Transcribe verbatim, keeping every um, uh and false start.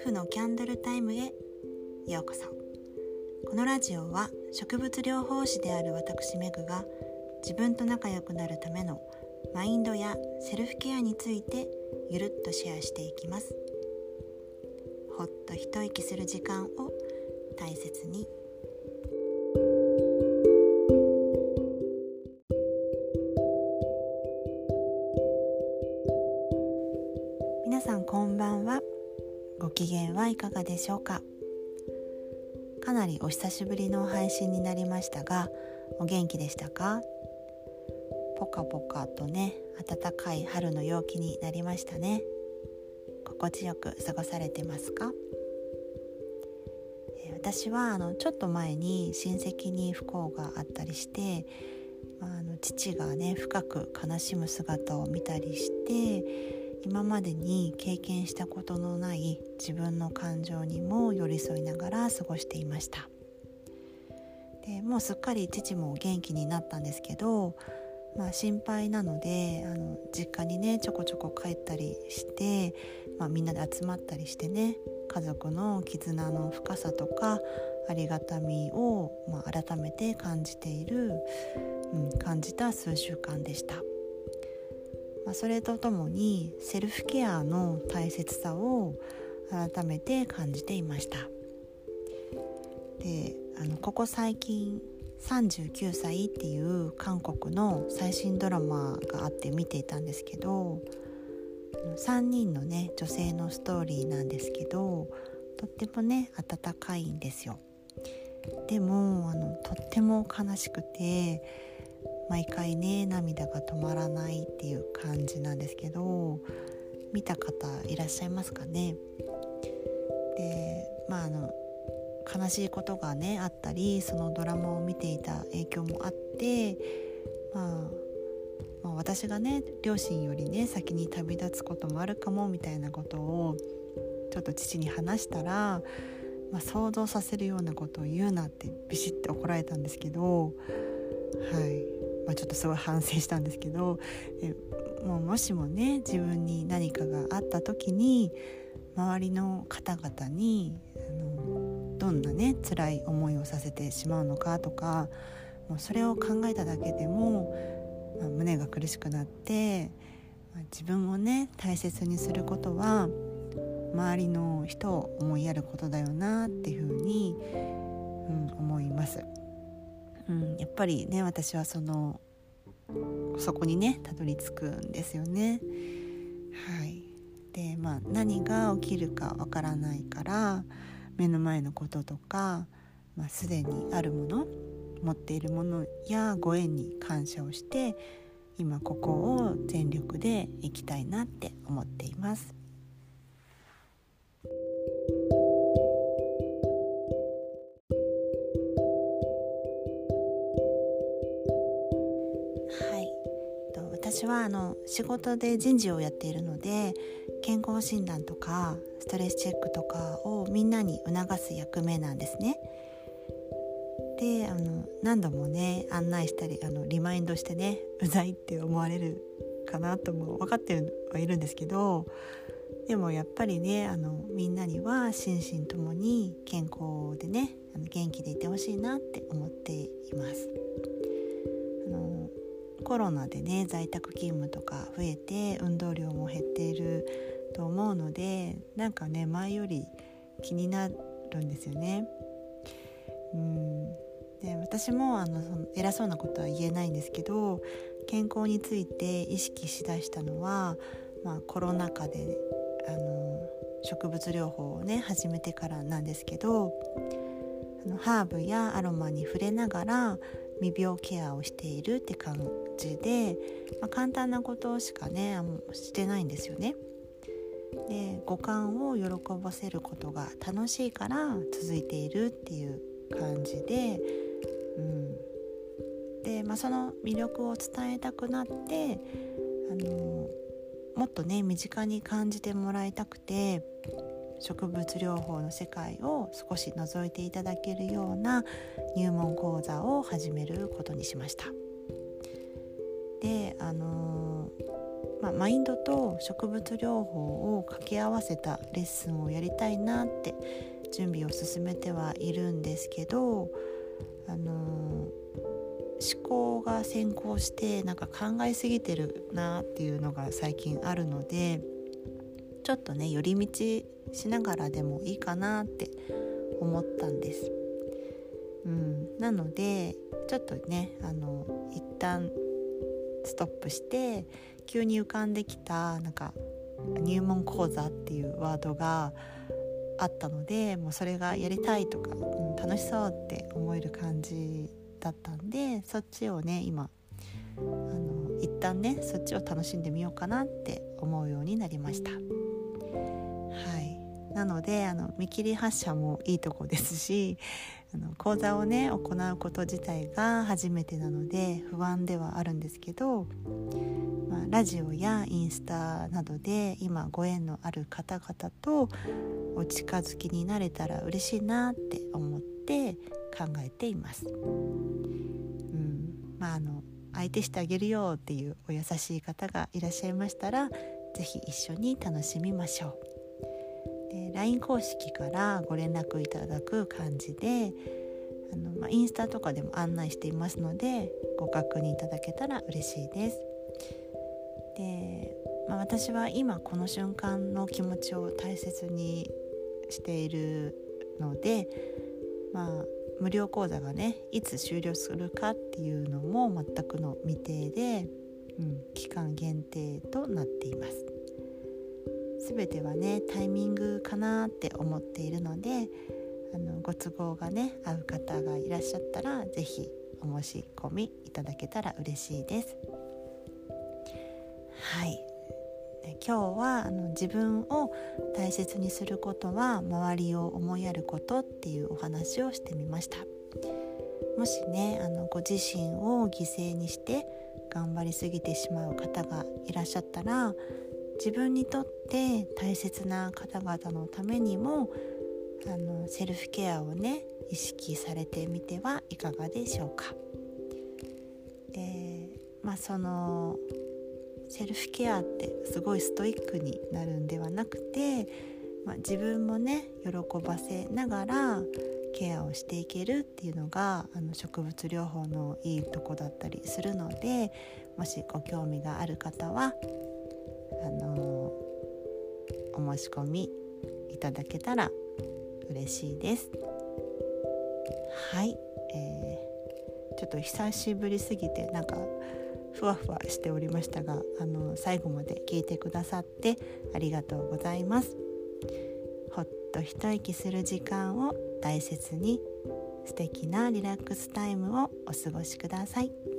婦のキャンドルタイムへようこそ。このラジオは植物療法士である私メグが自分と仲良くなるためのマインドやセルフケアについてゆるっとシェアしていきます。ほっと一息する時間を大切に。皆さんこんばんは。ご機嫌はいかがでしょうか。かなりお久しぶりの配信になりましたが、お元気でしたか？ポカポカとね、暖かい春の陽気になりましたね。心地よく過ごされてますか？えー、私はあのちょっと前に親戚に不幸があったりして、まあ、あの父がね深く悲しむ姿を見たりして、今までに経験したことのない自分の感情にも寄り添いながら過ごしていました。でもうすっかり父も元気になったんですけど、まあ、心配なのであの実家にねちょこちょこ帰ったりして、まあ、みんなで集まったりしてね、家族の絆の深さとかありがたみを、まあ、改めて感じている、うん、感じた数週間でした。まあ、それとともにセルフケアの大切さを改めて感じていました。で、あのここ最近さんじゅうきゅうさいっていう韓国の最新ドラマがあって見ていたんですけど、さんにんのね女性のストーリーなんですけど、とってもね温かいんですよ。でもあのとっても悲しくて毎回ね涙が止まらないっていう感じなんですけど、見た方いらっしゃいますかね。で、まああの悲しいことがねあったり、そのドラマを見ていた影響もあって、まあ、まあ私がね両親よりね先に旅立つこともあるかもみたいなことをちょっと父に話したら、まあ、想像させるようなことを言うなってビシッて怒られたんですけど、はい、まあ、ちょっとすごい反省したんですけど、えもうもしもね自分に何かがあった時に周りの方々にあのどんなね辛い思いをさせてしまうのかとか、もうそれを考えただけでも、まあ、胸が苦しくなって、まあ、自分をね大切にすることは周りの人を思いやることだよなっていうふうに、うん、思います。うん、やっぱりね私はそのそこにねたどり着くんですよね。はい。で、まあ何が起きるかわからないから目の前のこととか、まあ、すでにあるもの、持っているものやご縁に感謝をして今ここを全力で生きたいなって思っています。はい、私はあの仕事で人事をやっているので、健康診断とかストレスチェックとかをみんなに促す役目なんですね。で、あの何度もね案内したりあのリマインドしてね、うざいって思われるかなとも分かってはいるんですけど、でもやっぱりねあのみんなには心身ともに健康でねあの元気でいてほしいなって思っています。あのコロナでね在宅勤務とか増えて運動量も減っていると思うので、なんかね前より気になるんですよね。うんで私もあのその偉そうなことは言えないんですけど、健康について意識しだしたのは、まあ、コロナ禍であの植物療法をね始めてからなんですけど、あのハーブやアロマに触れながら未病ケアをしているって感じで、まあ、簡単なことしかねしてないんですよね。で、五感を喜ばせることが楽しいから続いているっていう感じで、うんでまあ、その魅力を伝えたくなって、あのもっとね身近に感じてもらいたくて、植物療法の世界を少し覗いていただけるような入門講座を始めることにしました。で、あのまあ、マインドと植物療法を掛け合わせたレッスンをやりたいなって準備を進めてはいるんですけど、あのー、思考が先行してなんか考えすぎてるなっていうのが最近あるので、ちょっとね寄り道しながらでもいいかなって思ったんです。うん、なのでちょっとねあの一旦ストップして、急に浮かんできたなんか入門講座っていうワードがあったので、もうそれがやりたいとか、うん、楽しそうって思える感じだったんで、そっちをね今あの一旦ねそっちを楽しんでみようかなって思うようになりました。はい、なのであの見切り発車もいいとこですし、あの講座をね行うこと自体が初めてなので不安ではあるんですけど、まあ、ラジオやインスタなどで今ご縁のある方々とお近づきになれたら嬉しいなって思って考えています。うん、まああの相手してあげるよっていうお優しい方がいらっしゃいましたら、ぜひ一緒に楽しみましょう。で ライン 公式からご連絡いただく感じで、あの、まあ、インスタとかでも案内していますので、ご確認いただけたら嬉しいです。で、まあ、私は今この瞬間の気持ちを大切にしているので、まあ、無料講座がねいつ終了するかっていうのも全くの未定で、うん、期間限定となっています。すべてはねタイミングかなって思っているので、あのご都合がね合う方がいらっしゃったらぜひお申し込みいただけたら嬉しいです。はい、で今日はあの自分を大切にすることは周りを思いやることっていうお話をしてみました。もしねあのご自身を犠牲にして頑張りすぎてしまう方がいらっしゃったら、自分にとって大切な方々のためにもあのセルフケアをね意識されてみてはいかがでしょうか。で、まあそのセルフケアってすごいストイックになるんではなくて、まあ、自分もね喜ばせながらケアをしていけるっていうのがあの植物療法のいいとこだったりするので、もしご興味がある方はあのお申し込みいただけたら嬉しいです。はい、えー、ちょっと久しぶりすぎてなんかふわふわしておりましたが、あの最後まで聞いてくださってありがとうございます。ほっと一息する時間を大切に、素敵なリラックスタイムをお過ごしください。